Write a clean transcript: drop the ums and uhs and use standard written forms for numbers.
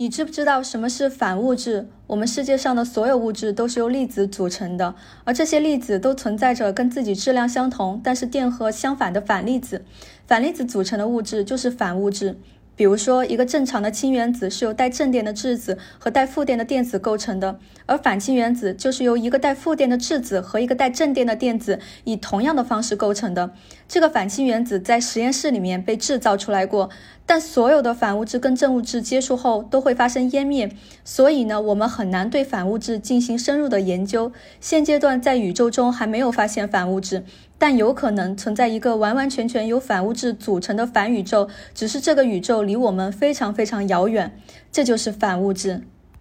你知不知道什么是反物质？我们世界上的所有物质都是由粒子组成的，而这些粒子都存在着跟自己质量相同，但是电荷相反的反粒子。反粒子组成的物质就是反物质。比如说，一个正常的氢原子是由带正电的质子和带负电的电子构成的，而反氢原子就是由一个带负电的质子和一个带正电的电子以同样的方式构成的。这个反氢原子在实验室里面被制造出来过，但所有的反物质跟正物质接触后都会发生湮灭，所以呢，我们很难对反物质进行深入的研究。现阶段在宇宙中还没有发现反物质，但有可能存在一个完完全全由反物质组成的反宇宙，只是这个宇宙离我们非常非常遥远，这就是反物质。